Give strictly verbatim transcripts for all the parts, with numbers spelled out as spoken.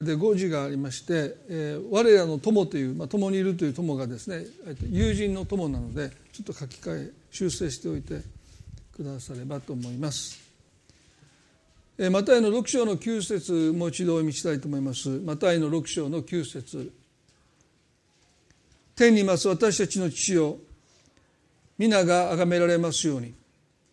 で語字がありまして、えー、我らの友という、まあ、共にいるという友がですね、友人の友なのでちょっと書き換え修正しておいてくださればと思います。えー、マタイのろく章のきゅう節もう一度お読みしたいと思います。マタイのろく章のきゅう節、天にいます私たちの父よ、皆が崇められますように。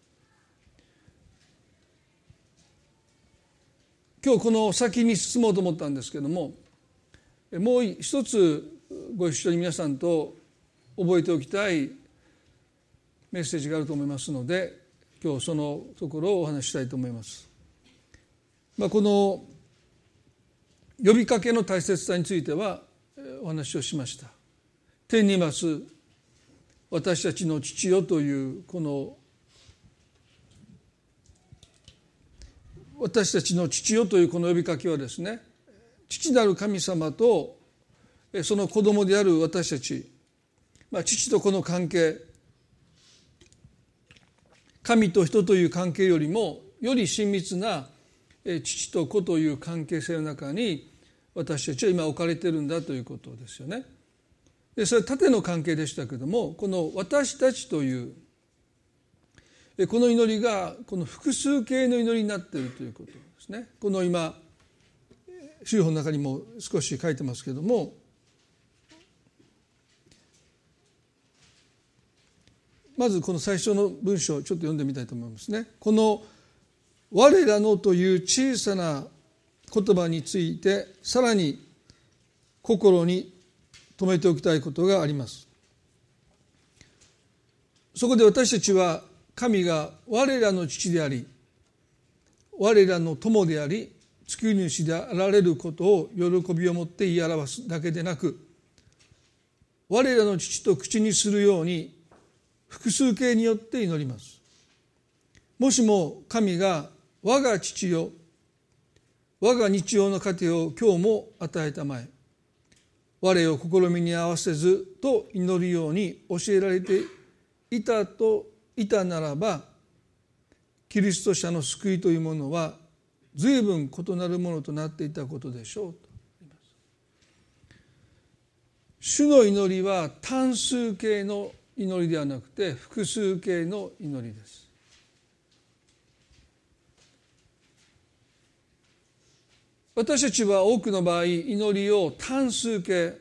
今日この先に進もうと思ったんですけども、もう一つご一緒に皆さんと覚えておきたいメッセージがあると思いますので、今日そのところをお話ししたいと思います。まあ、この呼びかけの大切さについてはお話をしました。天にいます私たちの父よというこの私たちの父よというこの呼びかけはですね、父なる神様とその子供である私たち、まあ、父と子の関係、神と人という関係よりもより親密な父と子という関係性の中に私たちは今置かれているんだということですよね。でそれは縦の関係でしたけれども、この私たちというこの祈りがこの複数形の祈りになっているということですね。この今宗法の中にも少し書いてますけれども、まずこの最初の文章をちょっと読んでみたいと思いますね。この我らのという小さな言葉についてさらに心に留めておきたいことがあります。そこで私たちは神が我らの父であり我らの友であり救い主であられることを喜びを持って言い表すだけでなく、我らの父と口にするように複数形によって祈ります。もしも神が我が父よ、我が日曜の糧を今日も与えたまえ、我を試みに合わせずと祈るように教えられていたといたならば、キリスト者の救いというものは随分異なるものとなっていたことでしょうと言います。主の祈りは単数形の祈りではなくて複数形の祈りです。私たちは多くの場合祈りを単数形、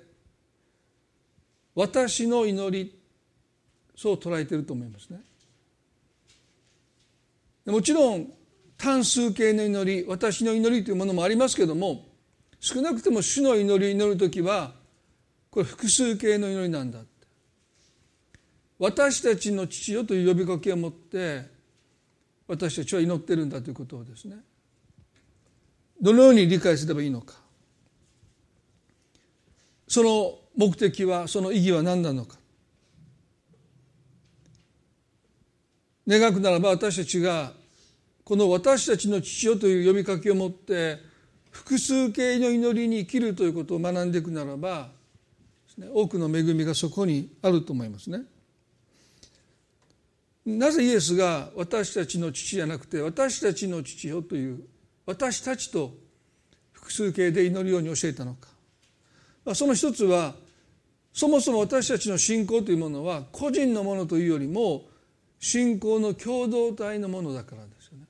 私の祈り、そう捉えていると思いますね。もちろん単数形の祈り、私の祈りというものもありますけれども、少なくとも主の祈りを祈るときはこれ複数形の祈りなんだ。私たちの父よという呼びかけを持って私たちは祈っているんだということをですね、どのように理解すればいいのか、その目的は、その意義は何なのか。願くならば私たちがこの私たちの父よという呼びかけを持って複数形の祈りに生きるということを学んでいくならば、多くの恵みがそこにあると思いますね。なぜイエスが私たちの父じゃなくて私たちの父よという私たちと複数形で祈るように教えたのか。その一つは、そもそも私たちの信仰というものは個人のものというよりも信仰の共同体のものだからですよ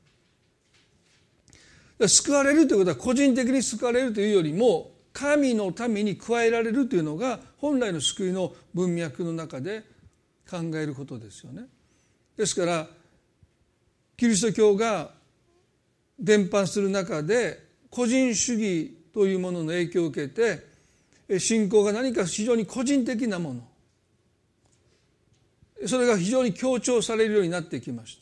ね。救われるということは個人的に救われるというよりも神のために加えられるというのが本来の救いの文脈の中で考えることですよね。ですからキリスト教が伝播する中で個人主義というものの影響を受けて信仰が何か非常に個人的なもの、それが非常に強調されるようになってきました。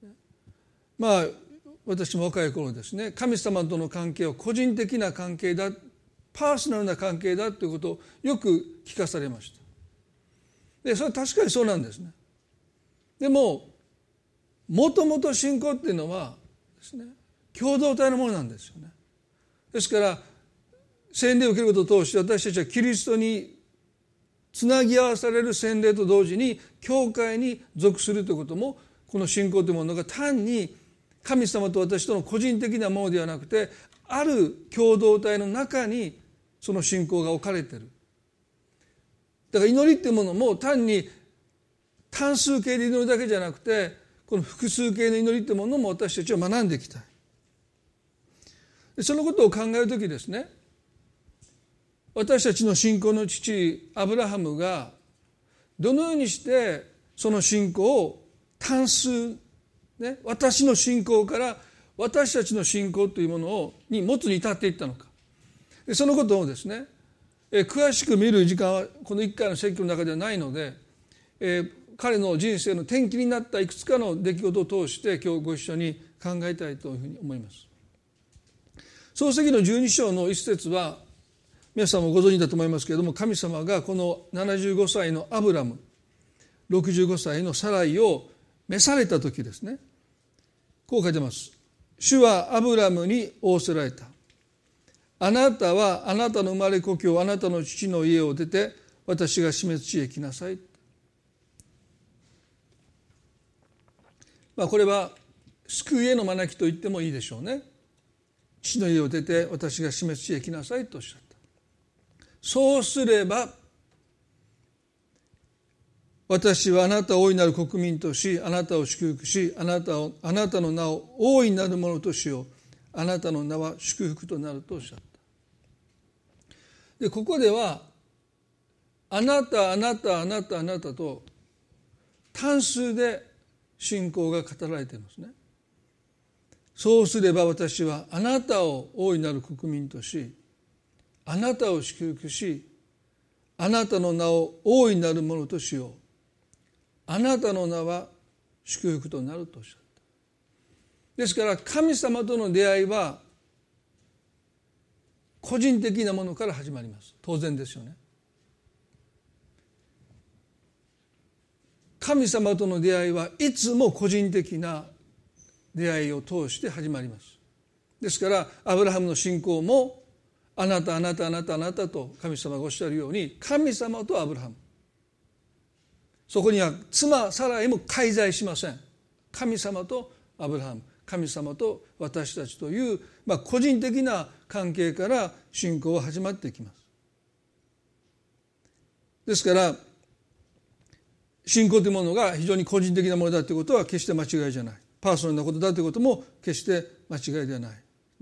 まあ私も若い頃ですね、神様との関係は個人的な関係だ、パーソナルな関係だということをよく聞かされました。でそれは確かにそうなんですね。でももともと信仰っていうのはですね、共同体のものなんですよね。ですから洗礼を受けることを通して私たちはキリストにつなぎ合わされる洗礼と同時に教会に属するということも、この信仰というものが単に神様と私との個人的なものではなくてある共同体の中にその信仰が置かれている。だから祈りっていうものも単に単数形で祈るだけじゃなくて、この複数形の祈りっていうものも私たちは学んでいきたい。でそのことを考えるときですね、私たちの信仰の父アブラハムがどのようにしてその信仰を単数、ね、私の信仰から私たちの信仰というものをに持つに至っていったのか、でそのことをですね、え詳しく見る時間はこのいっかいの説教の中ではないので、えー、彼の人生の転機になったいくつかの出来事を通して今日ご一緒に考えたいというふうに思います。創世記のじゅうに章の一節は皆さんもご存知だと思いますけれども、神様がこのななじゅうごさいのアブラム、ろくじゅうごさいのサライを召された時ですね、こう書いてます。主はアブラムに仰せられた。あなたはあなたの生まれ故郷、あなたの父の家を出て私が示す地へ来なさい。まあこれは救いへの招きと言ってもいいでしょうね。父の家を出て私が示す地へ来なさいとおっしゃった。そうすれば私はあなたを大いなる国民とし、あなたを祝福し、あなたをあなたの名を大いなるものとしよう。あなたの名は祝福となるとおっしゃった。でここではあなたあなたあなたあなたと単数で信仰が語られていますね。そうすれば私はあなたを大いなる国民とし、あなたを祝福し、あなたの名を大いなるものとしよう。あなたの名は祝福となるとおっしゃった。ですから神様との出会いは個人的なものから始まります。当然ですよね。神様との出会いはいつも個人的な出会いを通して始まります。ですからアブラハムの信仰もあなたあなたあなたあなたと神様がおっしゃるように、神様とアブラハム、そこには妻サライも介在しません。神様とアブラハム、神様と私たちという、まあ、個人的な関係から信仰は始まっていきます。ですから信仰というものが非常に個人的なものだということは決して間違いじゃない。パーソナルなことだということも決して間違いではない。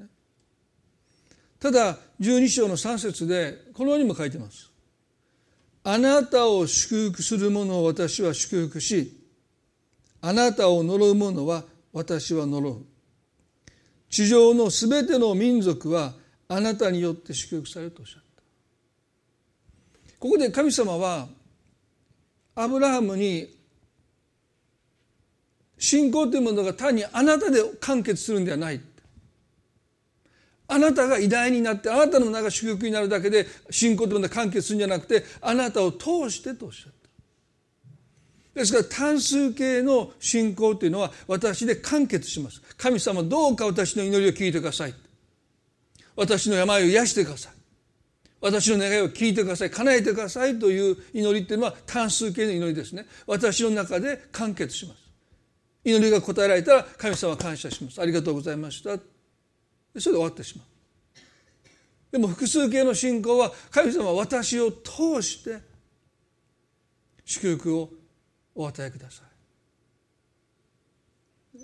ただじゅうに章のさん節でこのようにも書いてます。あなたを祝福する者を私は祝福し、あなたを呪う者は私は呪う。地上のすべての民族はあなたによって祝福されるとおっしゃった。ここで神様はアブラハムに信仰というものが単にあなたで完結するんではない。あなたが偉大になってあなたの名が祝福になるだけで信仰というものが完結するんじゃなくて、あなたを通してとおっしゃった。ですから単数形の信仰というのは私で完結します。神様どうか私の祈りを聞いてください。私の病を癒してください。私の願いを聞いてください。叶えてくださいという祈りというのは単数形の祈りですね。私の中で完結します。祈りが答えられたら神様は感謝します。ありがとうございました。それで終わってしまう。でも複数形の信仰は神様は私を通して祝福をお与えください。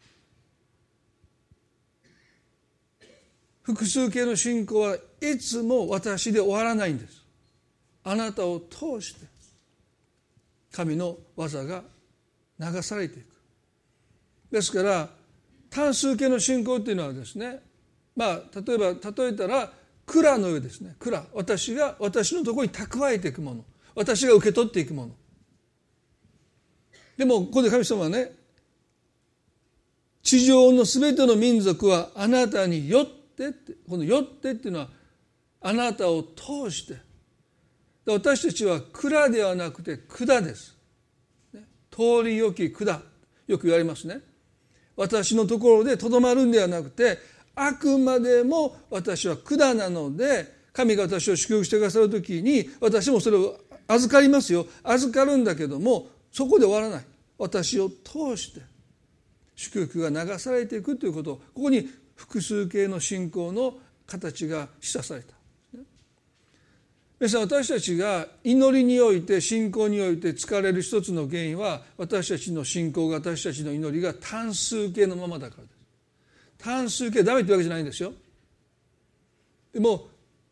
複数形の信仰はいつも私で終わらないんです。あなたを通して神の技が流されていく。ですから単数形の信仰というのはですね、まあ例えば例えたら蔵のようですね。蔵、私が私のところに蓄えていくもの、私が受け取っていくもの。でもここで神様はね、地上のすべての民族はあなたによってって、このよってっていうのはあなたを通して、私たちは蔵ではなくて管です。通りよき管、よく言われますね。私のところでとどまるんではなくて、あくまでも私は管なので、神が私を祝福してくださるときに私もそれを預かりますよ。預かるんだけどもそこで終わらない。私を通して祝福が流されていくということ、ここに複数形の信仰の形が示唆された。皆さん、私たちが祈りにおいて信仰において疲れる一つの原因は、私たちの信仰が私たちの祈りが単数形のままだからです。単数形ダメってわけじゃないんですよ。でも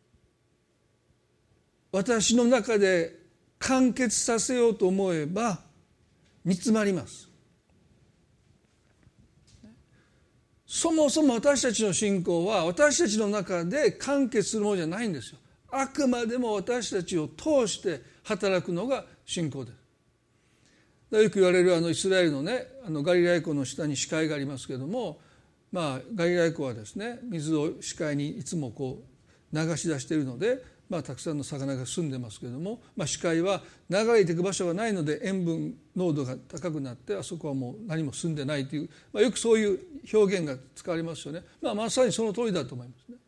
私の中で完結させようと思えば煮詰まります。そもそも私たちの信仰は私たちの中で完結するものじゃないんですよ。あくまでも私たちを通して働くのが信仰です。よく言われるあのイスラエルのね、あのガリラヤ湖の下に死海がありますけれども、まあ、ガリラヤ湖はですね、水を死海にいつもこう流し出しているので、まあ、たくさんの魚が住んでますけれども、まあ、死海は流れていく場所がないので塩分濃度が高くなって、あそこはもう何も住んでないという、まあ、よくそういう表現が使われますよね。まあ、まさにその通りだと思いますね。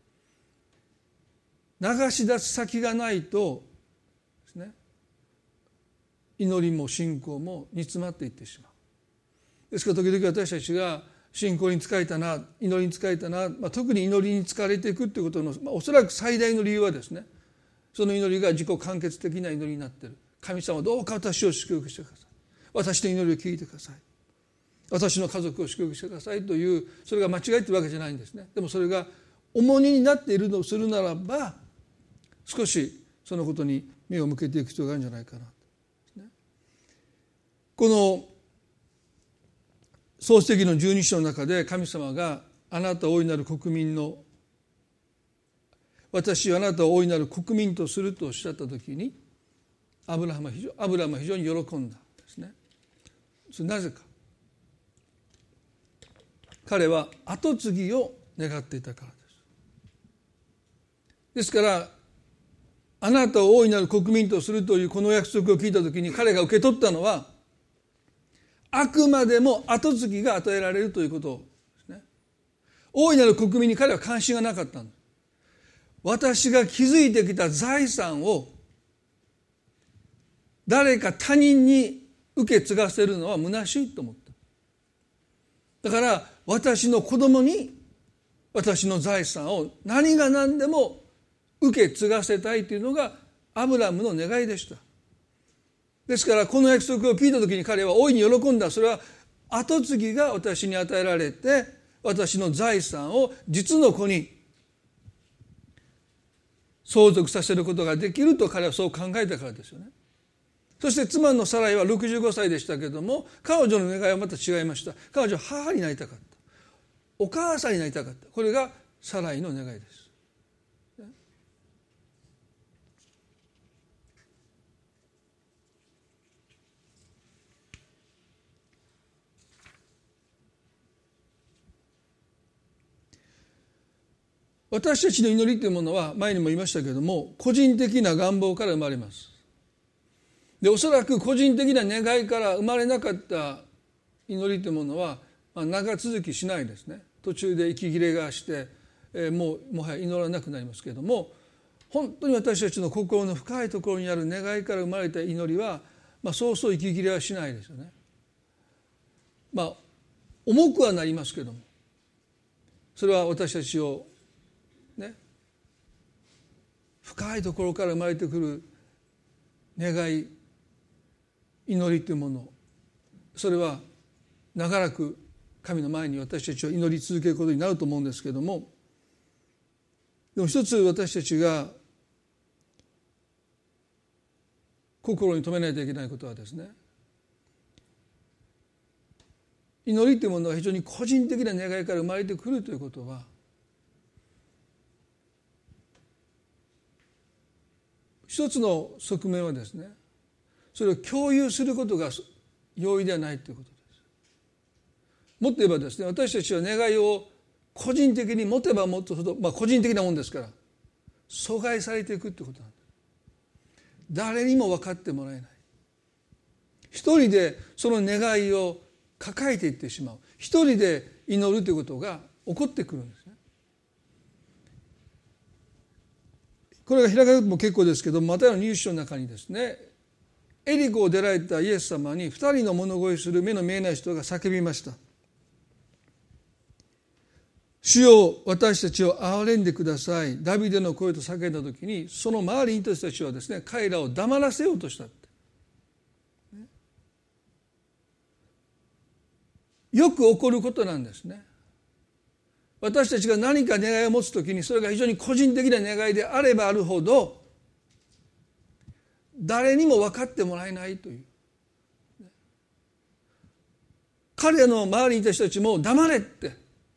流し出す先がないとですね、祈りも信仰も煮詰まっていってしまう。ですから時々私たちが信仰に仕えたな、祈りに仕えたな、まあ、特に祈りに疲れていくということの、まあ、おそらく最大の理由はですね、その祈りが自己完結的な祈りになっている。神様どうか私を祝福してください。私の祈りを聞いてください。私の家族を祝福してくださいという、それが間違えているわけじゃないんですね。でもそれが重荷になっているのをするならば、少しそのことに目を向けていく必要があるんじゃないかな。この創世記のじゅうに章の中で神様があなたを大いなる国民の私はあなたを大いなる国民とするとおっしゃったときにアブラハムは非常、アブラハムは非常に喜んだんですね。それなぜか、彼は跡継ぎを願っていたからです。ですからあなたを大いなる国民とするというこの約束を聞いたときに彼が受け取ったのは、あくまでも跡継ぎが与えられるということですね。大いなる国民に彼は関心がなかったんです。私が築いてきた財産を誰か他人に受け継がせるのは虚しいと思った。だから私の子供に私の財産を何が何でも受け継がせたいというのがアブラムの願いでした。ですからこの約束を聞いたときに彼は大いに喜んだ。それは跡継ぎが私に与えられて、私の財産を実の子に相続させることができると彼はそう考えたからですよね。そして妻のサライはろくじゅうごさいでしたけれども、彼女の願いはまた違いました。彼女は母になりたかった、お母さんになりたかった。これがサライの願いです。私たちの祈りというものは前にも言いましたけれども、個人的な願望から生まれます。でおそらく個人的な願いから生まれなかった祈りというものは、まあ、長続きしないですね。途中で息切れがして、えー、もうもはや祈らなくなりますけれども、本当に私たちの心の深いところにある願いから生まれた祈りは、まあ、そうそう息切れはしないですよね。まあ重くはなりますけれども、それは私たちをね、深いところから生まれてくる願い、祈りというもの、それは長らく神の前に私たちは祈り続けることになると思うんですけれども、でも一つ私たちが心に留めないといけないことはですね、祈りというものが非常に個人的な願いから生まれてくるということは、一つの側面はですね、それを共有することが容易ではないということです。もっと言えばですね、私たちは願いを個人的に持てば持つほど、まあ個人的なもんですから阻害されていくということなんです。誰にも分かってもらえない、一人でその願いを抱えていってしまう、一人で祈るということが起こってくるんですね。これが開かれても結構ですけど、マタイの入手の中にですね、エリコを出られたイエス様に二人の物乞いする目の見えない人が叫びました。 主よ私たちを憐れんでください、ダビデの声と叫んだ時に、その周りにいた人たちはですね、彼らを黙らせようとしたって。よく起こることなんですね。私たちが何か願いを持つときに、それが非常に個人的な願いであればあるほど、誰にも分かってもらえないという。彼らの周りにいた人たちも黙れって、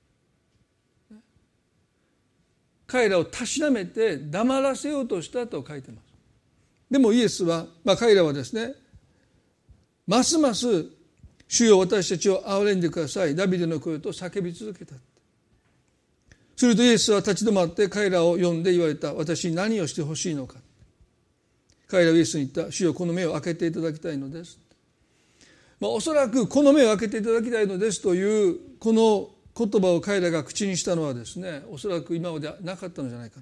彼らをたしなめて黙らせようとしたと書いてます。でもイエスは、まあ、彼らはですね、ますます主よ私たちを憐れんでください、ダビデの声と叫び続けた。するとイエスは立ち止まって彼らを呼んで言われた。私に何をしてほしいのか。彼らはイエスに言った。主よこの目を開けていただきたいのです。まあ、おそらくこの目を開けていただきたいのですというこの言葉を彼らが口にしたのはですね、おそらく今までなかったのじゃないかな。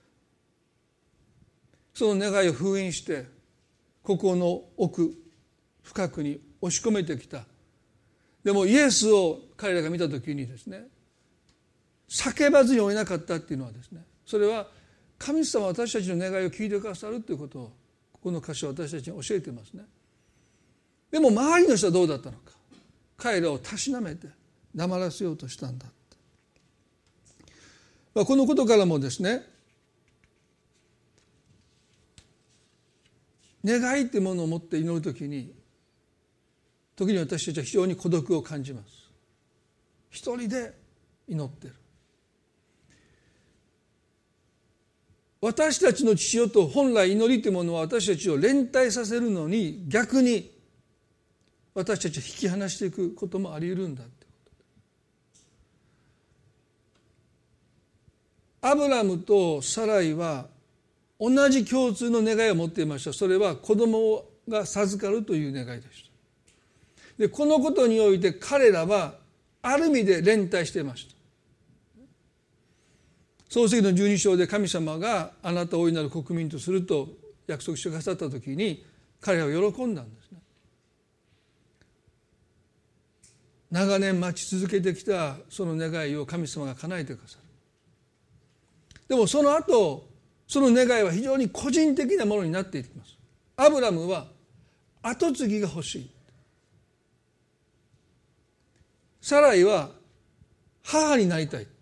その願いを封印して心の奥深くに押し込めてきた。でもイエスを彼らが見たときにですね、叫ばずに終えなかったっていうのはですね、それは神様は私たちの願いを聞いてくださるということをこの箇所は私たちに教えていますね。でも周りの人はどうだったのか。彼らをたしなめて黙らせようとしたんだって、まあ、このことからもですね、願いというものを持って祈るときに、時に私たちは非常に孤独を感じます。一人で祈っている。私たちの父よと本来祈りというものは私たちを連帯させるのに、逆に私たちを引き離していくこともあり得るんだってこと。アブラムとサライは同じ共通の願いを持っていました。それは子供が授かるという願いでした。でこのことにおいて彼らはある意味で連帯していました。創世記のじゅうに章で神様があなたを大いなる国民とすると約束してくださったときに、彼らは喜んだんですね。長年待ち続けてきたその願いを神様が叶えてくださる。でもその後その願いは非常に個人的なものになっていきます。アブラムは後継ぎが欲しい、サライは母になりたい。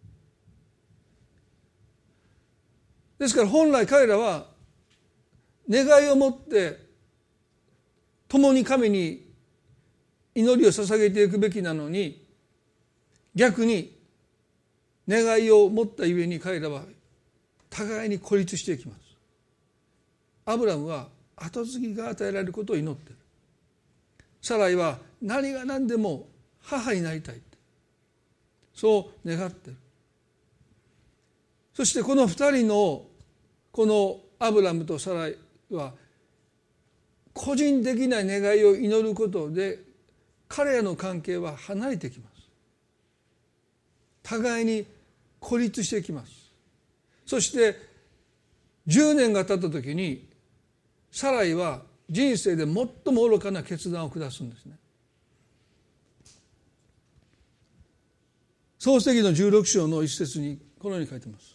ですから本来彼らは願いを持って共に神に祈りを捧げていくべきなのに、逆に願いを持ったゆえに彼らは互いに孤立していきます。アブラムは後継ぎが与えられることを祈っている。サライは何が何でも母になりたい、そう願っている。そしてこの二人のこのアブラムとサライは個人的な願いを祈ることで彼らの関係は離れてきます。互いに孤立していきます。そしてじゅうねんが経った時にサライは人生で最も愚かな決断を下すんですね。創世記のじゅうろく章の一節にこのように書いています。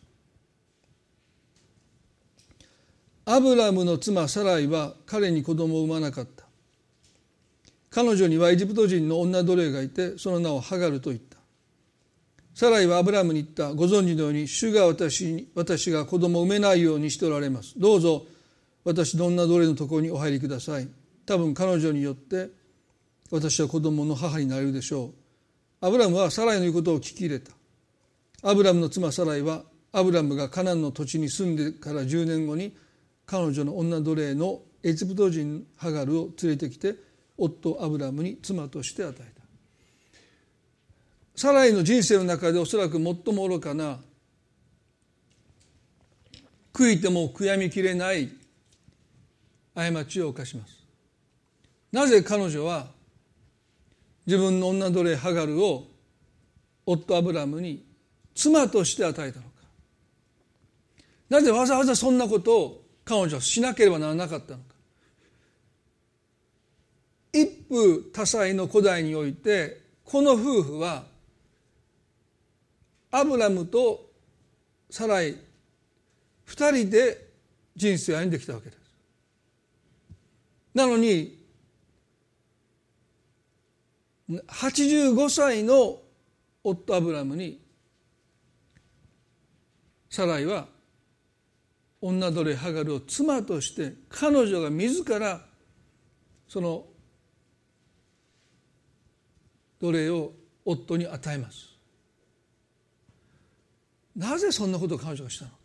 アブラムの妻サライは彼に子供を産まなかった。彼女にはエジプト人の女奴隷がいて、その名をハガルと言った。サライはアブラムに言った。ご存知のように主が私に私が子供を産めないようにしておられます。どうぞ私の女奴隷のところにお入りください。多分彼女によって私は子供の母になれるでしょう。アブラムはサライの言うことを聞き入れた。アブラムの妻サライはアブラムがカナンの土地に住んでからじゅうねんごに彼女の女奴隷のエジプト人ハガルを連れてきて夫アブラムに妻として与えた。サライの人生の中でおそらく最も愚かな、悔いても悔やみきれない過ちを犯します。なぜ彼女は自分の女奴隷ハガルを夫アブラムに妻として与えたのか。なぜわざわざそんなことを彼女はしなければならなかったのか。一夫多妻の古代においてこの夫婦はアブラムとサライ二人で人生を歩んできたわけです。なのにはちじゅうごさいの夫アブラムにサライは女奴隷ハガルを妻として彼女が自らその奴隷を夫に与えます。なぜそんなことを彼女がしたのか。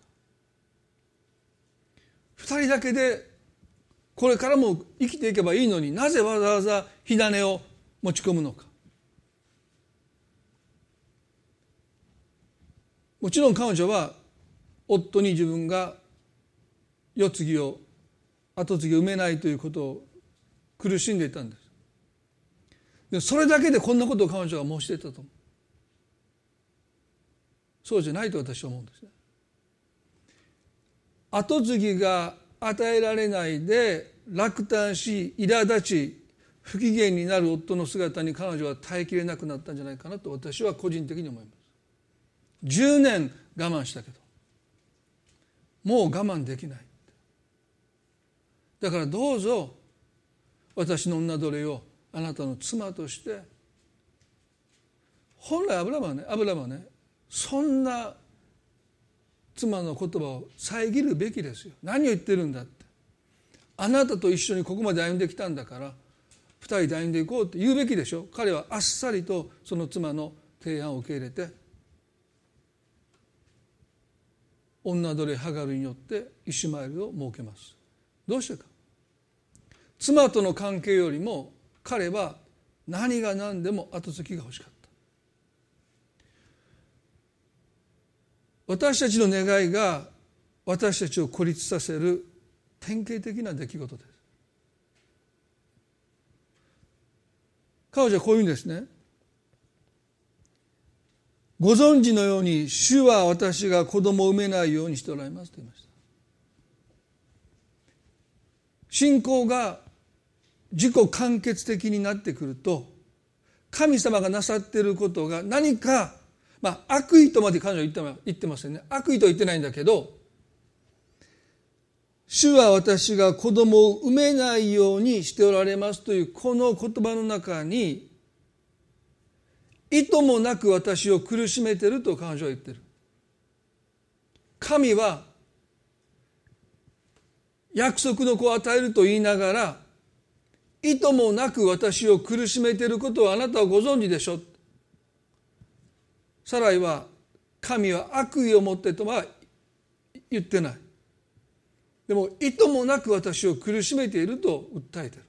二人だけでこれからも生きていけばいいのに、なぜわざわざ火種を持ち込むのか。もちろん彼女は夫に自分が世継ぎを後継ぎを産めないということを苦しんでいたんです。でそれだけでこんなことを彼女は申していたと思う。そうじゃないと私は思うんですね。後継ぎが与えられないで落胆し苛立ち不機嫌になる夫の姿に彼女は耐えきれなくなったんじゃないかなと私は個人的に思います。じゅうねん我慢したけどもう我慢できない。だからどうぞ私の女奴隷をあなたの妻として。本来アブラムはねアブラムはねそんな妻の言葉を遮るべきですよ。何を言ってるんだって。あなたと一緒にここまで歩んできたんだから二人で歩んでいこうって言うべきでしょ。彼はあっさりとその妻の提案を受け入れて女奴隷ハガルによってイシュマエルを設けます。どうしてか。妻との関係よりも彼は何が何でも後継ぎが欲しかった。私たちの願いが私たちを孤立させる典型的な出来事です。彼女はこういうんですね。ご存知のように主は私が子供を産めないようにしておられますと言いました。信仰が自己完結的になってくると神様がなさっていることが何か、まあ、悪意とまで彼女は言ってま、言ってませんね。悪意とは言ってないんだけど、主は私が子供を産めないようにしておられますというこの言葉の中に意図もなく私を苦しめていると彼女は言っている。神は約束の子を与えると言いながら意図もなく私を苦しめていることをあなたはご存知でしょ。サライは神は悪意を持ってとは言ってない。でも意図もなく私を苦しめていると訴えている。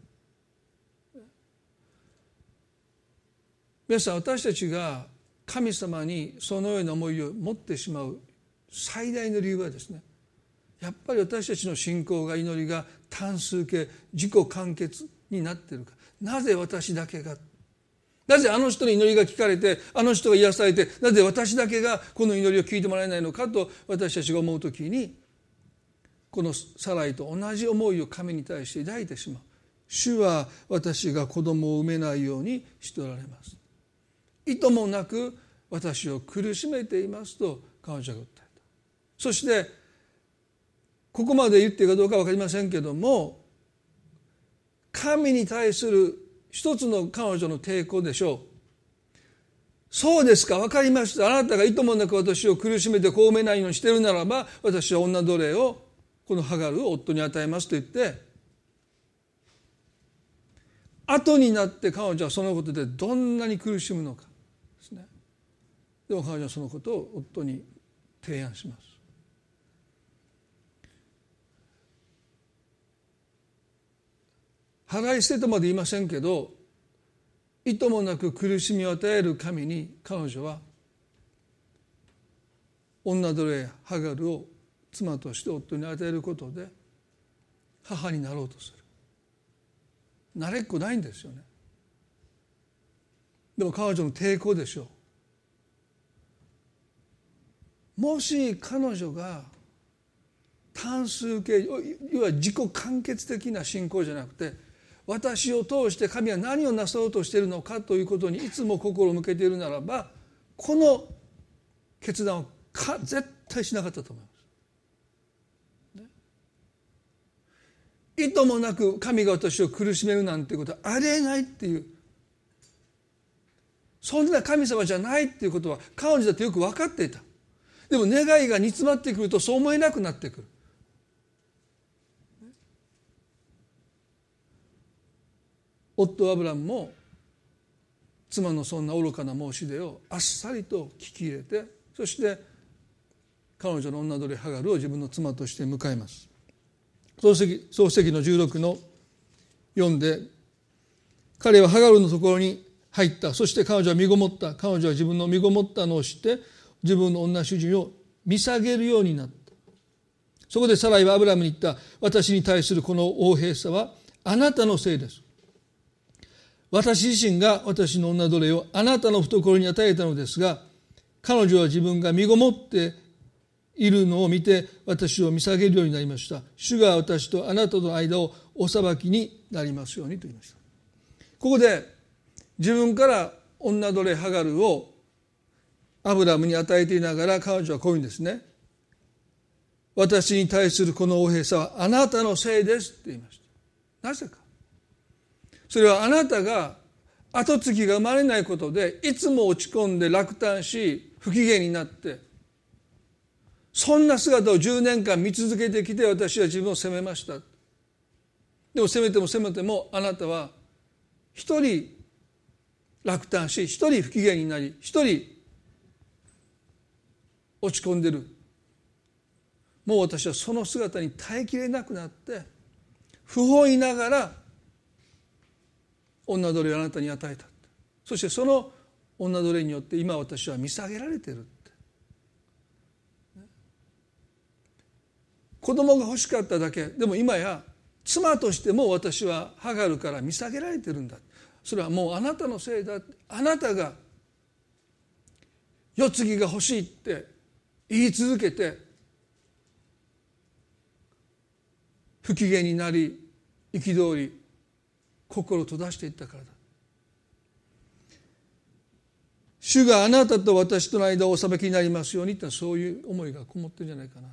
皆さん、私たちが神様にそのような思いを持ってしまう最大の理由はですね、やっぱり私たちの信仰が祈りが単数形自己完結になっているか。なぜ私だけが、なぜあの人の祈りが聞かれてあの人が癒されて、なぜ私だけがこの祈りを聞いてもらえないのかと私たちが思うときに、このサライと同じ思いを神に対して抱いてしまう。主は私が子供を産めないようにしておられます。意図もなく私を苦しめていますと彼女が訴えた。そしてここまで言っているかどうか分かりませんけども、神に対する一つの彼女の抵抗でしょう。そうですか、分かりました。あなたが意図もなく私を苦しめてこう産めないようにしているならば、私は女奴隷をこのハガルを夫に与えますと言って、後になって彼女はそのことでどんなに苦しむのかですね。でも彼女はそのことを夫に提案します。払い捨てとまで言いませんけど、意図もなく苦しみを与える神に彼女は女奴隷ハガルを妻として夫に与えることで母になろうとする。慣れっこないんですよね。でも彼女の抵抗でしょう。もし彼女が単数形、要は自己完結的な信仰じゃなくて、私を通して神は何をなさろうとしているのかということにいつも心を向けているならば、この決断をか絶対しなかったと思います、ね、意図もなく神が私を苦しめるなんてことはありえないっていう、そんな神様じゃないっていうことは彼女だってよく分かっていた。でも願いが煮詰まってくるとそう思えなくなってくる。夫アブラムも妻のそんな愚かな申し出をあっさりと聞き入れて、そして彼女の女奴隷ハガルを自分の妻として迎えます。創世記、創世記のじゅうろくのよんで、彼はハガルのところに入った。そして彼女は身ごもった。彼女は自分の身ごもったのを知って自分の女主人を見下げるようになった。そこでサライはアブラムに言った。私に対するこの横柄さはあなたのせいです。私自身が私の女奴隷をあなたの懐に与えたのですが、彼女は自分が身ごもっているのを見て私を見下げるようになりました。主が私とあなたとの間をお裁きになりますようにと言いました。ここで自分から女奴隷ハガルをアブラムに与えていながら彼女はこういうんですね。私に対するこの横柄さはあなたのせいですって言いました。なぜか。それはあなたが後継ぎが生まれないことでいつも落ち込んで落胆し不機嫌になって、そんな姿をじゅうねんかん見続けてきて私は自分を責めました。でも責めても責めてもあなたは一人落胆し一人不機嫌になり一人落ち込んでる。もう私はその姿に耐えきれなくなって不本意ながら女奴隷をあなたに与えた。そしてその女奴隷によって今私は見下げられているって。子供が欲しかっただけでも今や妻としても私はハガルから見下げられているんだ。それはもうあなたのせいだ。あなたが世継ぎが欲しいって言い続けて不機嫌になり憤り心を閉ざしていったからだ。主があなたと私との間をお裁きになりますようにってそういう思いがこもってるんじゃないかな。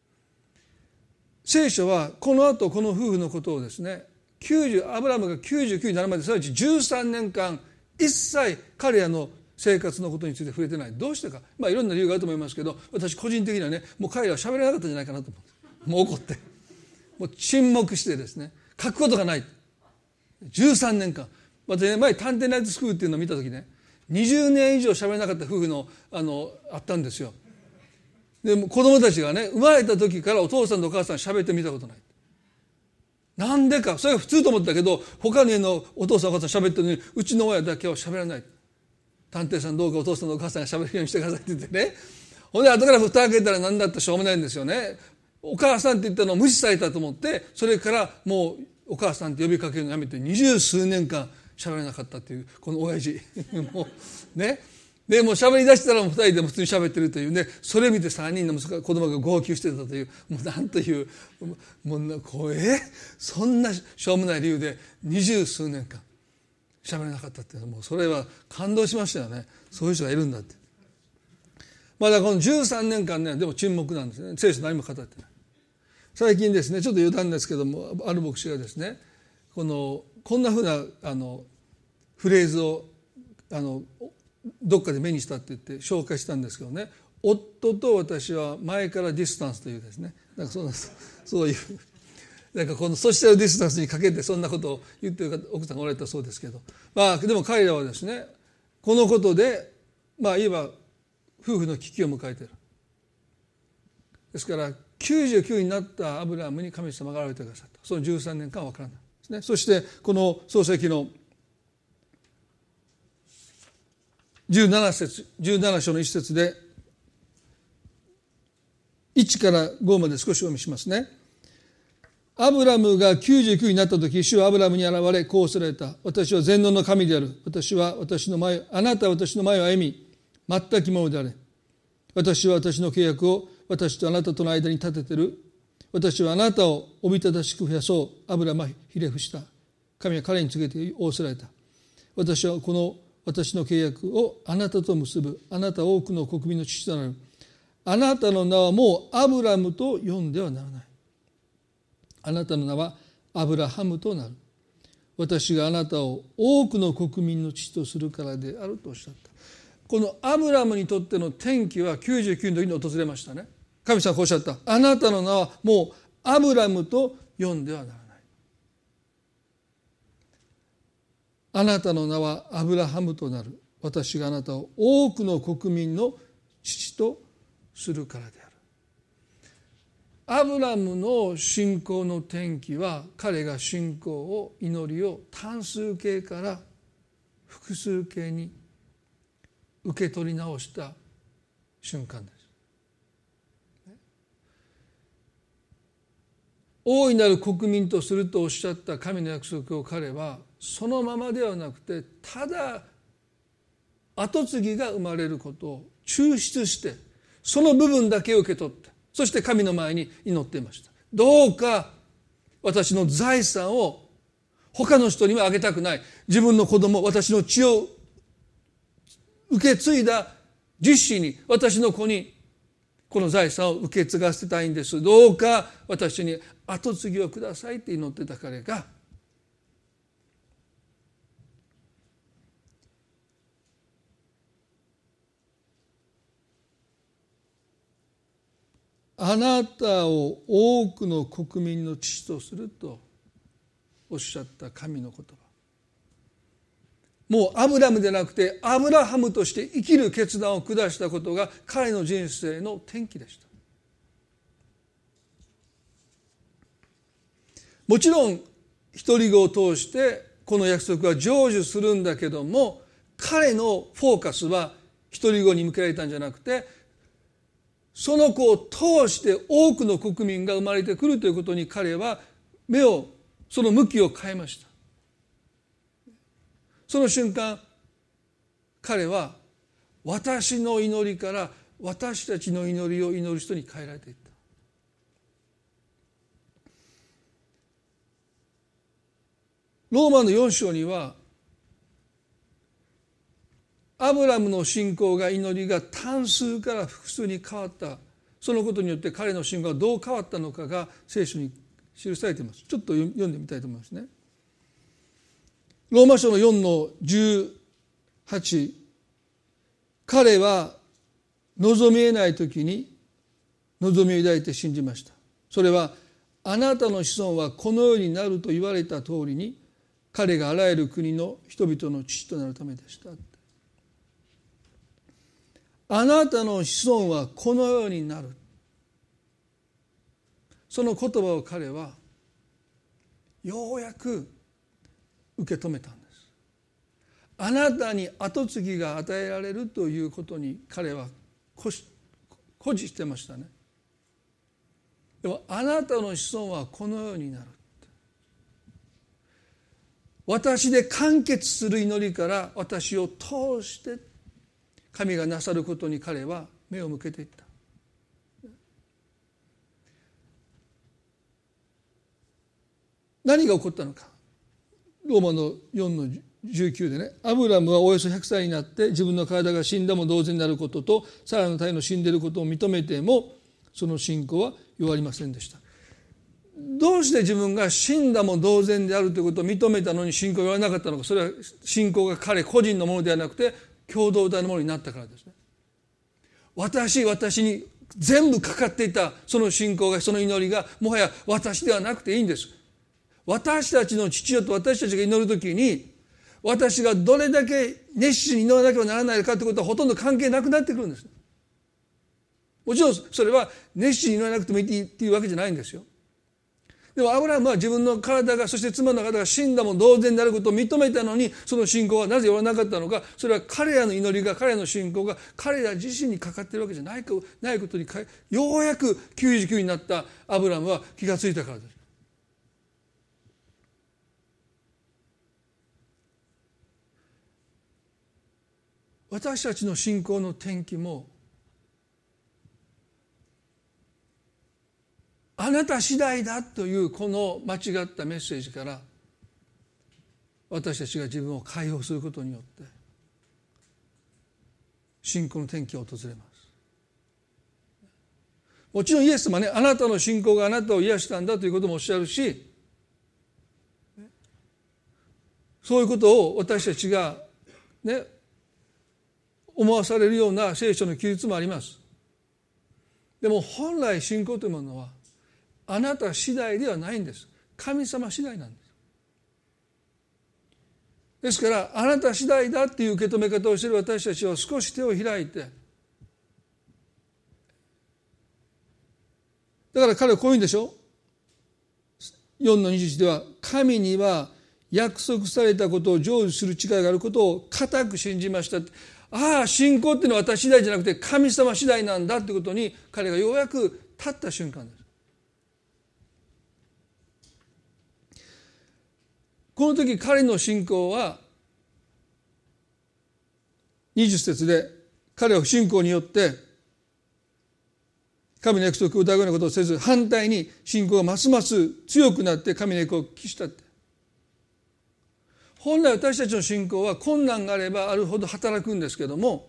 聖書はこの後この夫婦のことをですね、きゅうじゅうアブラムがきゅうじゅうきゅうになるまですなわちじゅうさんねんかん一切彼らの生活のことについて触れてない。どうしてか、まあいろんな理由があると思いますけど、私個人的にはね、もう彼らは喋れなかったんじゃないかなと思う。もう怒ってもう沈黙してですね、書くことがない。じゅうさんねんかん。私ね、前探偵ナイトスクールっていうのを見た時ね、にじゅうねん以上喋れなかった夫婦のあのあったんですよ。でも子供たちがね、生まれた時からお父さんとお母さん喋ってみたことない。なんでか、それが普通と思ったけど、他の家のお父さんお母さん喋ってるのにうちの親だけは喋らない。探偵さんどうかお父さんとお母さんが喋るようにしてくださいって言ってね。ほんで後から蓋開けたら何だってしょうもないんですよね。お母さんって言ったのを無視されたと思って、それからもうお母さんって呼びかけるのやめて二十数年間喋れなかったっていうこの親父もうね。でもう喋り出したらもうふたりでも普通に喋ってるというね、それ見てさんにんの息子子供が号泣してたという、もうなんというもうこうえそんなしょうもない理由で二十数年間喋れなかったっていうのはもうそれは感動しましたよね。そういう人がいるんだって。まだこのじゅうさんねんかんね、でも沈黙なんですね。聖書何も語ってない。最近ですね、ちょっと余談ですけども、ある牧師がですね、このこんなふうなあのフレーズをあのどっかで目にしたって言って紹介したんですけどね、夫と私は前からディスタンスというですね、なんかそうそういうなんかこのソーシャルディスタンスにかけてそんなことを言ってる奥さんがおられたそうですけど、まあでも彼らはですね、このことでまあいわば夫婦の危機を迎えている。ですからきゅうじゅうきゅうになったアブラムに神様が現れてくださった。そのじゅうさんねんかんは分からないですね。そしてこの創世記のじゅうなな節、じゅうなな章のいち節でいちからごまで少しお読みしますね。アブラムがきゅうじゅうきゅうになった時、主はアブラムに現れこうおっしゃられた。私は全能の神である。私は私の前、あなたは私の前を歩み、全きものであれ。私は私の契約を私とあなたとの間に立てている。私はあなたをおびただしく増やそう。アブラムはひれ伏した。神は彼に告げて仰せられた。私はこの私の契約をあなたと結ぶ。あなたは多くの国民の父となる。あなたの名はもうアブラムと呼んではならない。あなたの名はアブラハムとなる。私があなたを多くの国民の父とするからであるとおっしゃった。このアブラムにとっての転機はきゅうじゅうきゅうの時に訪れましたね。神様がおっしゃった。あなたの名はもうアブラムと呼んではならない。あなたの名はアブラハムとなる。私があなたを多くの国民の父とするからである。アブラムの信仰の転機は、彼が信仰を、祈りを単数形から複数形に受け取り直した瞬間です。大いなる国民とするとおっしゃった神の約束を彼はそのままではなくて、ただ後継ぎが生まれることを抽出してその部分だけを受け取って、そして神の前に祈っていました。どうか私の財産を他の人にはあげたくない。自分の子供、私の血を受け継いだ実子に、私の子にこの財産を受け継がせたいんです。どうか私に後継ぎをくださいって祈ってた彼が、あなたを多くの国民の父とするとおっしゃった神の言葉、もうアブラムでなくてアブラハムとして生きる決断を下したことが彼の人生の転機でした。もちろん一人子を通してこの約束は成就するんだけども、彼のフォーカスは一人子に向けられたんじゃなくて、その子を通して多くの国民が生まれてくるということに彼は目を、その向きを変えました。その瞬間彼は私の祈りから私たちの祈りを祈る人に変えられていった。ローマのよん章にはアブラムの信仰が、祈りが単数から複数に変わった、そのことによって彼の信仰がどう変わったのかが聖書に記されています。ちょっと読んでみたいと思いますね。ローマ書のよんのじゅうはち、彼は望み得ない時に望みを抱いて信じました。それはあなたの子孫はこのようになると言われた通りに、彼があらゆる国の人々の父となるためでした。あなたの子孫はこのようになる、その言葉を彼はようやく受け止めたんです。あなたに後継ぎが与えられるということに彼は誇示してましたね。でもあなたの子孫はこのようになる、私で完結する祈りから私を通して神がなさることに彼は目を向けていった。何が起こったのか。ローマのよんのじゅうきゅうでね、アブラムはおよそひゃくさいになって自分の体が死んだも同然になることとサラの体の死んでいることを認めても、その信仰は弱りませんでした。どうして自分が死んだも同然であるということを認めたのに信仰が弱らなかったのか。それは信仰が彼個人のものではなくて共同体のものになったからですね。私私に全部かかっていたその信仰が、その祈りがもはや私ではなくていいんです。私たちの父親と私たちが祈るときに、私がどれだけ熱心に祈らなければならないかということはほとんど関係なくなってくるんです。もちろんそれは熱心に祈らなくてもいいっていうわけじゃないんですよ。でもアブラハムは自分の体が、そして妻の体が死んだも同然であることを認めたのに、その信仰はなぜ弱らなかったのか。それは彼らの祈りが、彼らの信仰が彼ら自身にかかっているわけじゃないか、ないことにようやくきゅうじゅうきゅうになったアブラハムは気がついたからです。私たちの信仰の転機も、あなた次第だというこの間違ったメッセージから私たちが自分を解放することによって信仰の転機が訪れます。もちろんイエス様はね、あなたの信仰があなたを癒したんだということもおっしゃるし、そういうことを私たちがね思わされるような聖書の記述もあります。でも本来信仰というものはあなた次第ではないんです。神様次第なんです。ですからあなた次第だっていう受け止め方をしている私たちは少し手を開いて、だから彼はこういうんでしょ。よんのにじゅういちでは神には約束されたことを成就する力があることを固く信じました。ああ、信仰っていうのは私次第じゃなくて神様次第なんだということに彼がようやく立った瞬間です。この時彼の信仰はにじゅっ節で彼は不信仰によって神の約束を疑うようなことをせず、反対に信仰がますます強くなって神の約束を聞きしたって。本来私たちの信仰は困難があればあるほど働くんですけども、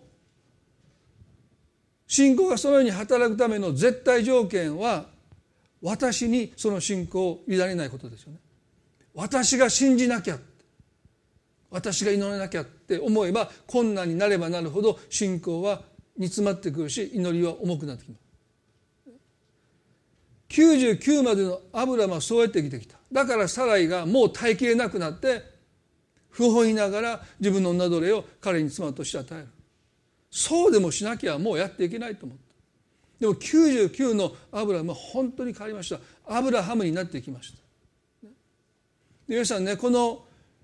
信仰がそのように働くための絶対条件は私にその信仰を委ねないことですよね。私が信じなきゃ、私が祈らなきゃって思えば困難になればなるほど信仰は煮詰まってくるし、祈りは重くなってきます。きゅうじゅうきゅうまでのアブラムはそうやって生きてきた。だからサライがもう耐えきれなくなって不本意ながら自分の女奴隷を彼に妻として与える。そうでもしなきゃもうやっていけないと思った。でもきゅうじゅうきゅうのアブラムは本当に変わりました。アブラハムになっていきました。で皆さんね、この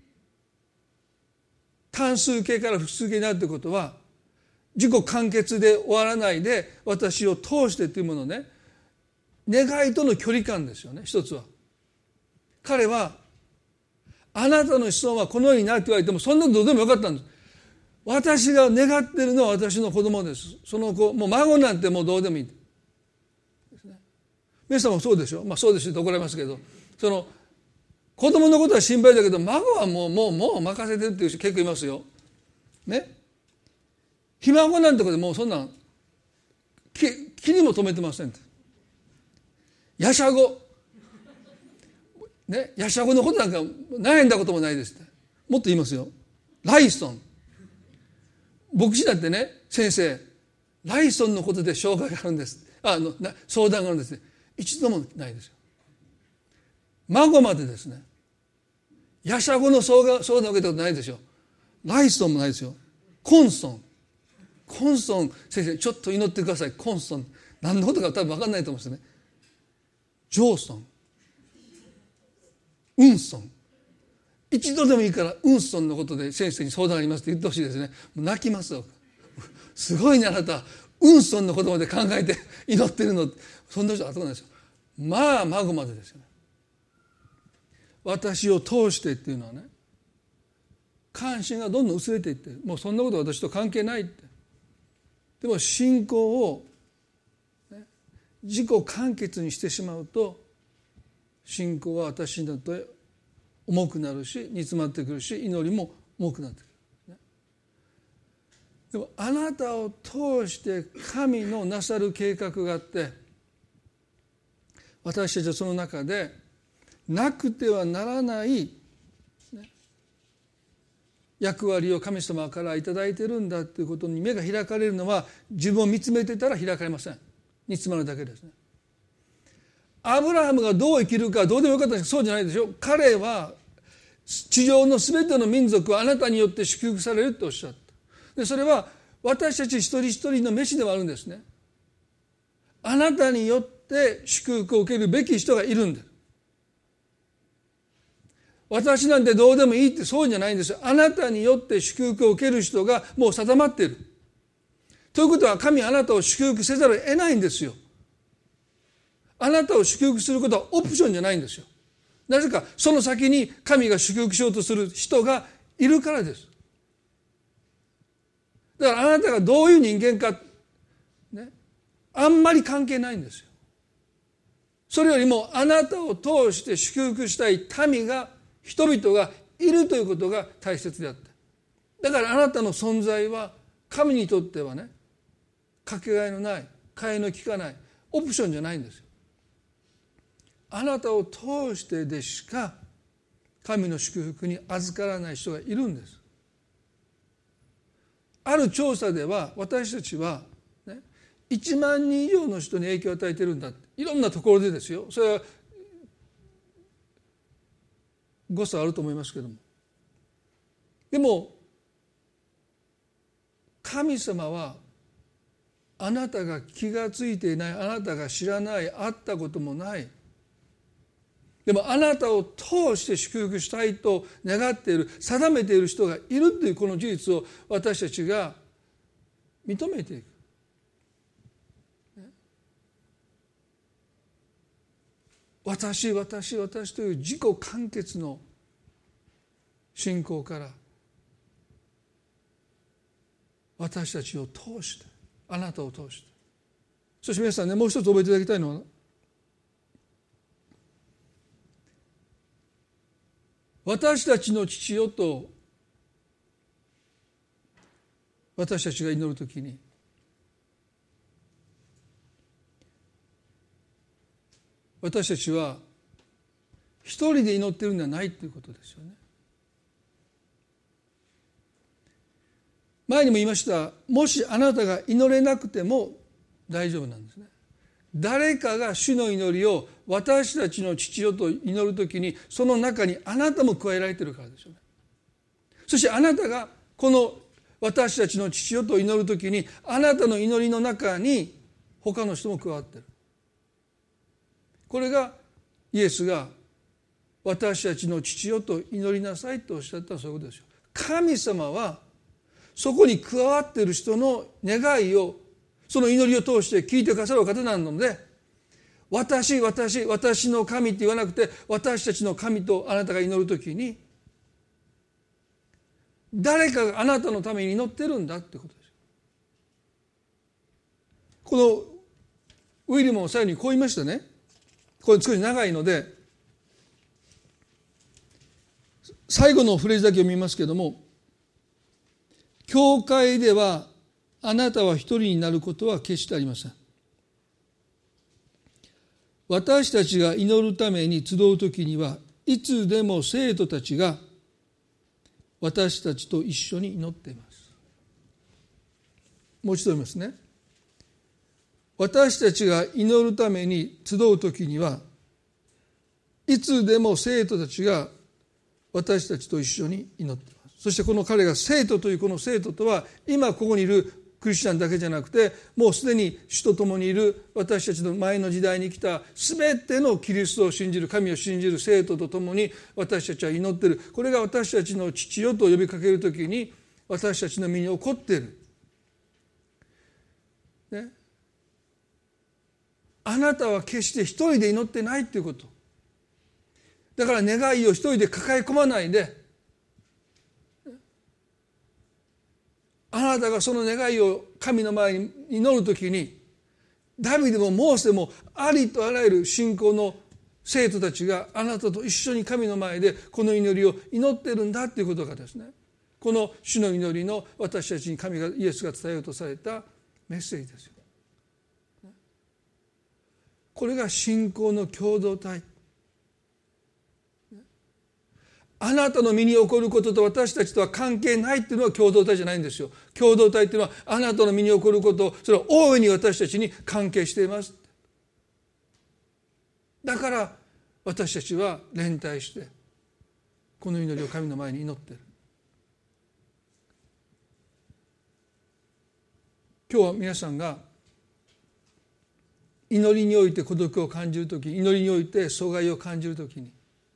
単数形から複数形になるということは自己完結で終わらないで私を通してというものね、願いとの距離感ですよね。一つは彼はあなたの子孫はこのようになると言われてもそんなことどうでもよかったんです。私が願っているのは私の子供です。その子もう孫なんてもうどうでもいいですね。皆さんもそうでしょ。まあそうですよと怒られますけど、その子供のことは心配だけど孫はもうもうもう任せてるっていう人結構いますよね。ひ孫なんてことでもうそんなん気にも留めてませんって。やしゃごね、やしゃごのことなんか悩んだこともないですって。もっと言いますよ。ライソン、牧師だってね、先生ライソンのことで障害があるんです、あの相談があるんですね。一度もないですよ。孫までですね、やしゃごの相談を受けたことないでしょ。ライソンもないですよ。コンソンコンソン先生ちょっと祈ってください。コンソン何のことか多分分かんないと思うんですよね。ジョーソン、ウンソン、一度でもいいからウンソンのことで先生に相談ありますって言ってほしいですね。もう泣きますよ。すごいねあなた、ウンソンのことまで考えて祈ってるの、そんな人は後なんですよ。まあ孫までですよね。私を通してっていうのはね、関心がどんどん薄れていって、もうそんなこと私と関係ないって。でも信仰を自己完結にしてしまうと信仰は私にとって重くなるし煮詰まってくるし祈りも重くなってくる。でもあなたを通して神のなさる計画があって私たちはその中でなくてはならない役割を神様からいただいているんだということに目が開かれるのは自分を見つめてたら開かれません。煮詰まるだけですね。アブラハムがどう生きるかどうでもよかったんですけどそうじゃないでしょ。彼は地上のすべての民族はあなたによって祝福されるとおっしゃった。でそれは私たち一人一人の飯ではあるんですね。あなたによって祝福を受けるべき人がいるんです。私なんてどうでもいいってそうじゃないんです。あなたによって祝福を受ける人がもう定まっている。ということは神はあなたを祝福せざるを得ないんですよ。あなたを祝福することはオプションじゃないんですよ。なぜかその先に神が祝福しようとする人がいるからです。だからあなたがどういう人間か、ね、あんまり関係ないんですよ。それよりもあなたを通して祝福したい民が人々がいるということが大切であった。だからあなたの存在は神にとってはね、かけがえのない、替えの利かないオプションじゃないんですよ。あなたを通してでしか神の祝福に預からない人がいるんです。ある調査では私たちは、ね、いちまんにん以上の人に影響を与えているんだ。いろんなところでですよ。それは誤差あると思いますけども、でも神様はあなたが気がついていない、あなたが知らない、会ったこともない、でもあなたを通して祝福したいと願っている、定めている人がいるというこの事実を私たちが認めていく。私私私という自己完結の信仰から私たちを通して、あなたを通して、そして皆さんね、もう一つ覚えていただきたいのは、私たちの父よと私たちが祈るときに、私たちは一人で祈っているんではないということですよね。前にも言いました、もしあなたが祈れなくても大丈夫なんですね。誰かが主の祈りを私たちの父よと祈るときに、その中にあなたも加えられているからですよね。そしてあなたがこの私たちの父よと祈るときに、あなたの祈りの中に他の人も加わっている。これがイエスが私たちの父よと祈りなさいとおっしゃったらそういうことですよ。神様はそこに加わっている人の願いを、その祈りを通して聞いてくださる方なので、私私私の神って言わなくて、私たちの神とあなたが祈るときに、誰かがあなたのために祈ってるんだってことです。このウィリアムも最後にこう言いましたね。これ少し長いので最後のフレーズだけ読みますけども、教会ではあなたは一人になることは決してありません。私たちが祈るために集うときには、いつでも生徒たちが私たちと一緒に祈っています。もう一度言いますね。私たちが祈るために集うときには、いつでも生徒たちが私たちと一緒に祈っています。そしてこの彼が生徒というこの生徒とは、今ここにいるクリスチャンだけじゃなくて、もうすでに主と共にいる私たちの前の時代に来た全てのキリストを信じる、神を信じる生徒と共に私たちは祈っている。これが私たちの父よと呼びかけるときに私たちの身に起こっている、ね、あなたは決して一人で祈ってないということ。だから願いを一人で抱え込まないで、あなたがその願いを神の前に祈るときに、ダビデもモーセもありとあらゆる信仰の生徒たちがあなたと一緒に神の前でこの祈りを祈っているんだということがですね、この主の祈りの私たちに神がイエスが伝えようとされたメッセージですよ。これが信仰の共同体。あなたの身に起こることと私たちとは関係ないっていうのは共同体じゃないんですよ。共同体っていうのはあなたの身に起こること、それは大いに私たちに関係しています。だから私たちは連帯してこの祈りを神の前に祈っている。今日は皆さんが祈りにおいて孤独を感じるとき、祈りにおいて阻害を感じるときに、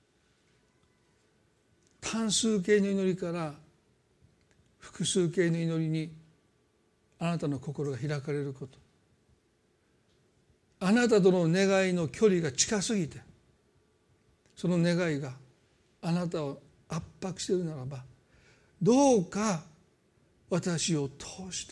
単数形の祈りから複数形の祈りにあなたの心が開かれること、あなたとの願いの距離が近すぎてその願いがあなたを圧迫しているならば、どうか私を通して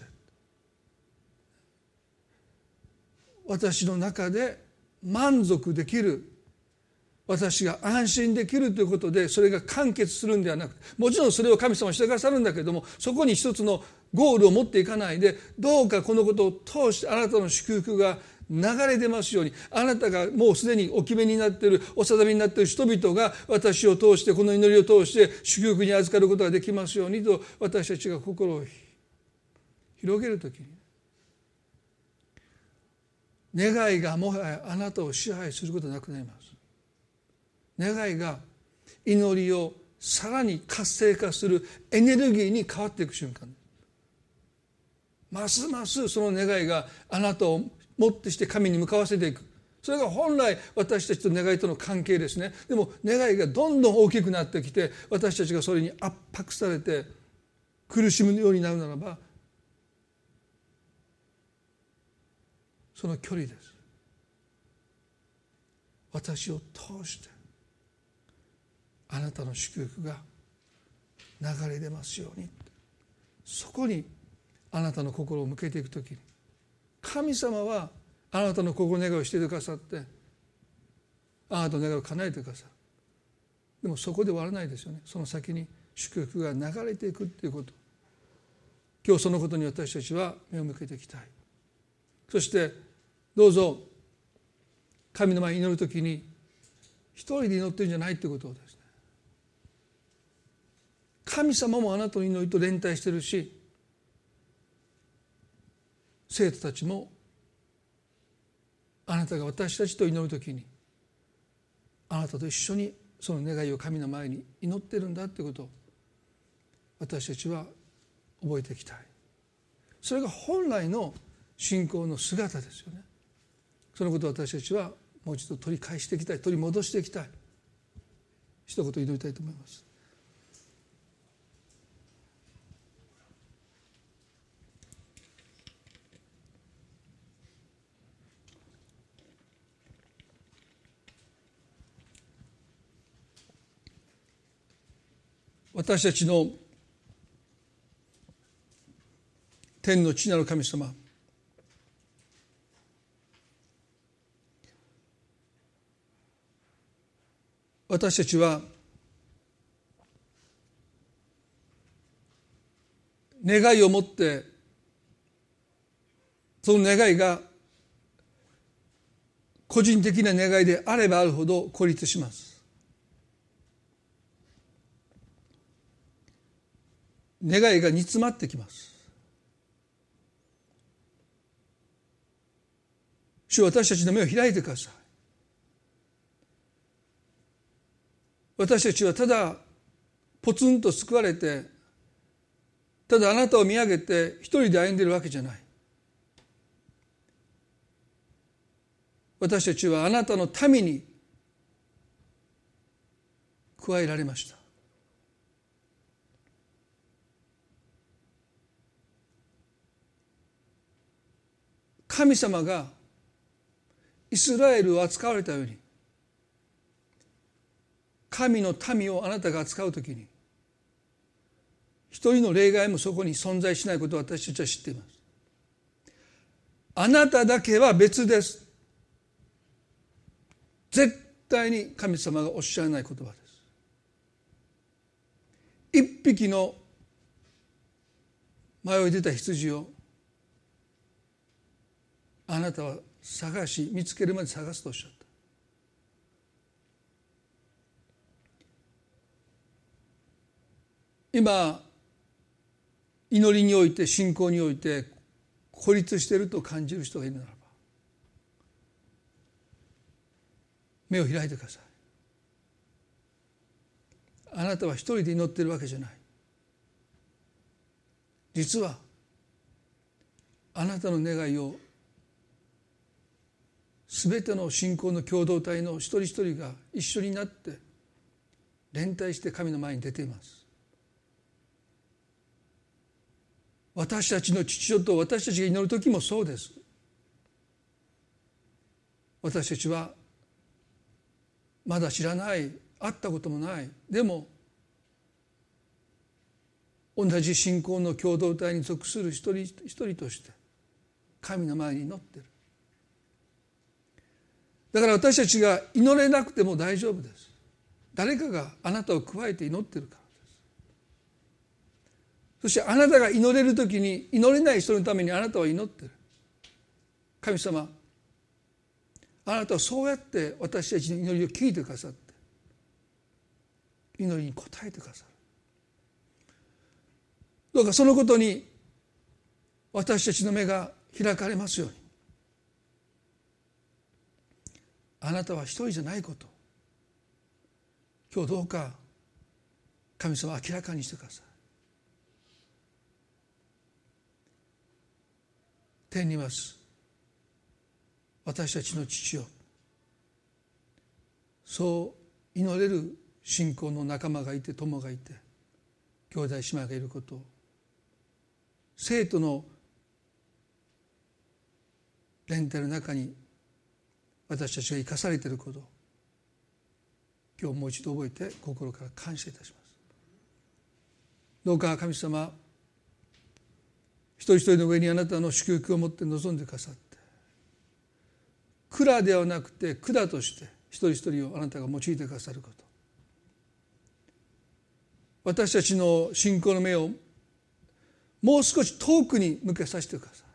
私の中で満足できる、私が安心できるということでそれが完結するんではなく、もちろんそれを神様はしてくださるんだけれども、そこに一つのゴールを持っていかないで、どうかこのことを通してあなたの祝福が流れ出ますように、あなたがもうすでにお決めになっている、お定めになっている人々が私を通して、この祈りを通して祝福に預かることができますようにと、私たちが心を広げるときに、願いがもはやあなたを支配することなくなります。願いが祈りをさらに活性化するエネルギーに変わっていく瞬間です。ますますその願いがあなたをもってして神に向かわせていく。それが本来私たちと願いとの関係ですね。でも願いがどんどん大きくなってきて、私たちがそれに圧迫されて苦しむようになるならば、その距離です。私を通してあなたの祝福が流れ出ますように。そこにあなたの心を向けていくときに、神様はあなたの心の願いをしてくださって、あなたの願いを叶えてくださる。でもそこで終わらないですよね。その先に祝福が流れていくということ、今日そのことに私たちは目を向けていきたい。そしてどうぞ神の前に祈るときに一人で祈ってるんじゃないということをですね、神様もあなたの祈りと連帯しているし、生徒たちもあなたが私たちと祈るときにあなたと一緒にその願いを神の前に祈っているんだということを私たちは覚えていきたい。それが本来の信仰の姿ですよね。そのことを私たちはもう一度取り返していきたい、取り戻していきたい。一言祈りたいと思います。私たちの天の父なる神様、私たちは願いを持って、その願いが個人的な願いであればあるほど孤立します。願いが煮詰まってきます。主は私たちの目を開いてください。私たちはただポツンと救われて、ただあなたを見上げて一人で歩んでいるわけじゃない。私たちはあなたの民に加えられました。神様がイスラエルを扱われたように、神の民をあなたが扱うときに、一人の例外もそこに存在しないことを私たちは知っています。あなただけは別です。絶対に神様がおっしゃらない言葉です。一匹の迷い出た羊をあなたは探し見つけるまで探すとおっしゃった。今祈りにおいて信仰において孤立していると感じる人がいるならば、目を開いてください。あなたは一人で祈っているわけじゃない。実はあなたの願いをすべての信仰の共同体の一人一人が一緒になって連帯して神の前に出ています。私たちの父親と私たちが祈る時もそうです。私たちはまだ知らない、会ったこともない、でも同じ信仰の共同体に属する一人一人として神の前に祈っている。だから私たちが祈れなくても大丈夫です。誰かがあなたを加えて祈っているからです。 そしてあなたが祈れるときに祈れない人のためにあなたは祈ってる。神様、あなたはそうやって私たちの祈りを聞いてくださって、祈りに応えてくださる。どうかそのことに私たちの目が開かれますように。あなたは一人じゃないこと、今日どうか神様明らかにしてください。天にいます私たちの父よ、そう祈れる信仰の仲間がいて友がいて兄弟姉妹がいることを、生徒の連帯の中に私たちが生かされていることを今日もう一度覚えて心から感謝いたします。どうか神様、一人一人の上にあなたの祝福を持って臨んでくださって、蔵ではなくて管として一人一人をあなたが用いてくださること、私たちの信仰の目をもう少し遠くに向けさせてください。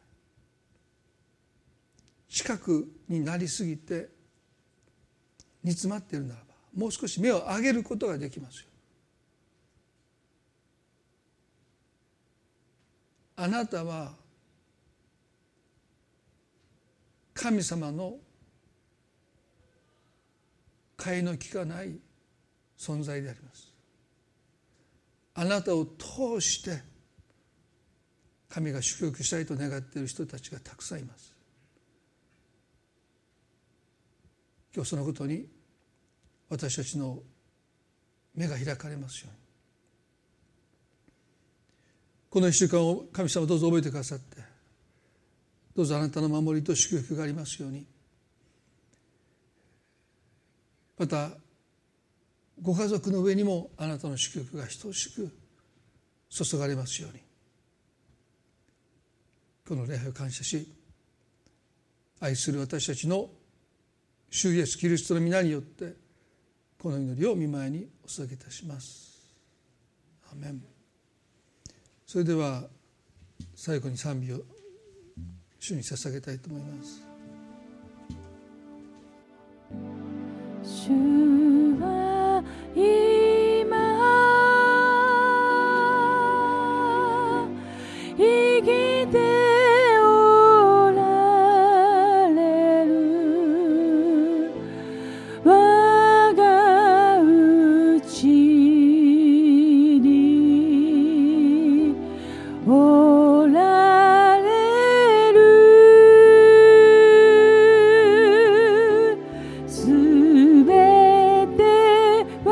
近くになりすぎて煮詰まっているならば、もう少し目を上げることができますよ。あなたは神様の替えの利かない存在であります。あなたを通して神が祝福したいと願っている人たちがたくさんいます。今日そのことに私たちの目が開かれますように。この一週間を神様どうぞ覚えてくださって、どうぞあなたの守りと祝福がありますように。またご家族の上にもあなたの祝福が等しく注がれますように。この礼拝を感謝し、愛する私たちの主イエスキリストの皆によってこの祈りを御前にお捧げいたします。アーメン。それでは最後に賛美を主に捧げたいと思います。 主は今生きておられる、我が内におられる、すべては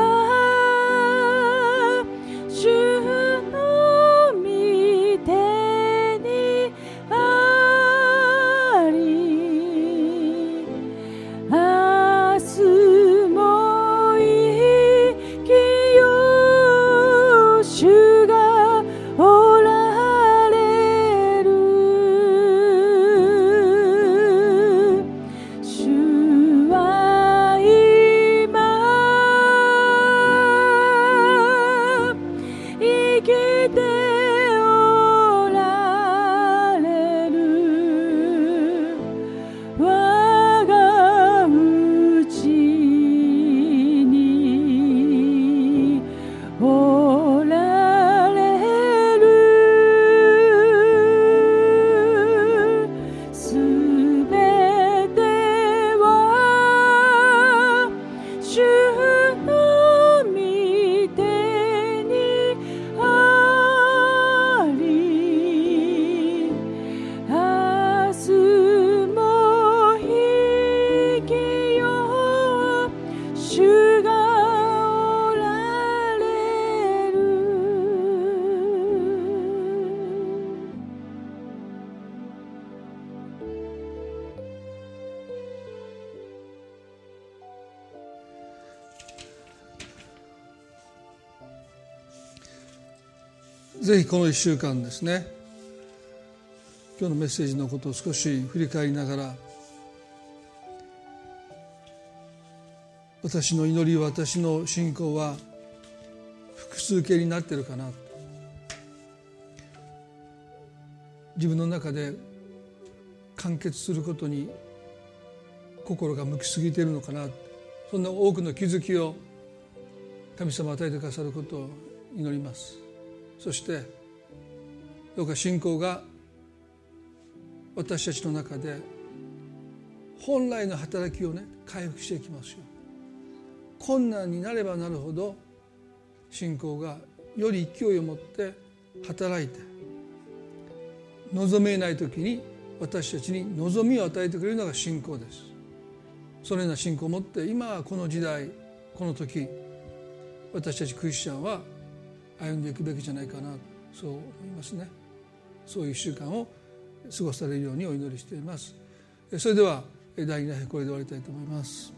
主の御手にあり、明日も生きよう主がおられる、主は今生きておられる、我が内におられる、すべては主の御手にあり、明日も生きよう主がおられる。 ぜひこの一週間ですね、今日のメッセージのことを少し振り返りながら、私の祈り、私の信仰は複数形になっているかな、 自分の中で完結することに心が向きすぎているのかな、そんな多くの気づきを神様与えてくださることを祈ります。そしてどうか信仰が私たちの中で本来の働きをね回復していきますよ。困難になればなるほど信仰がより勢いを持って働いて、望めない時に私たちに望みを与えてくれるのが信仰です。そのような信仰を持って今この時代この時私たちクリスチャンは歩んでいくべきじゃないかな、そう思いますね。そういう習慣を過ごされるようにお祈りしています。それではだいに礼拝これで終わりたいと思います。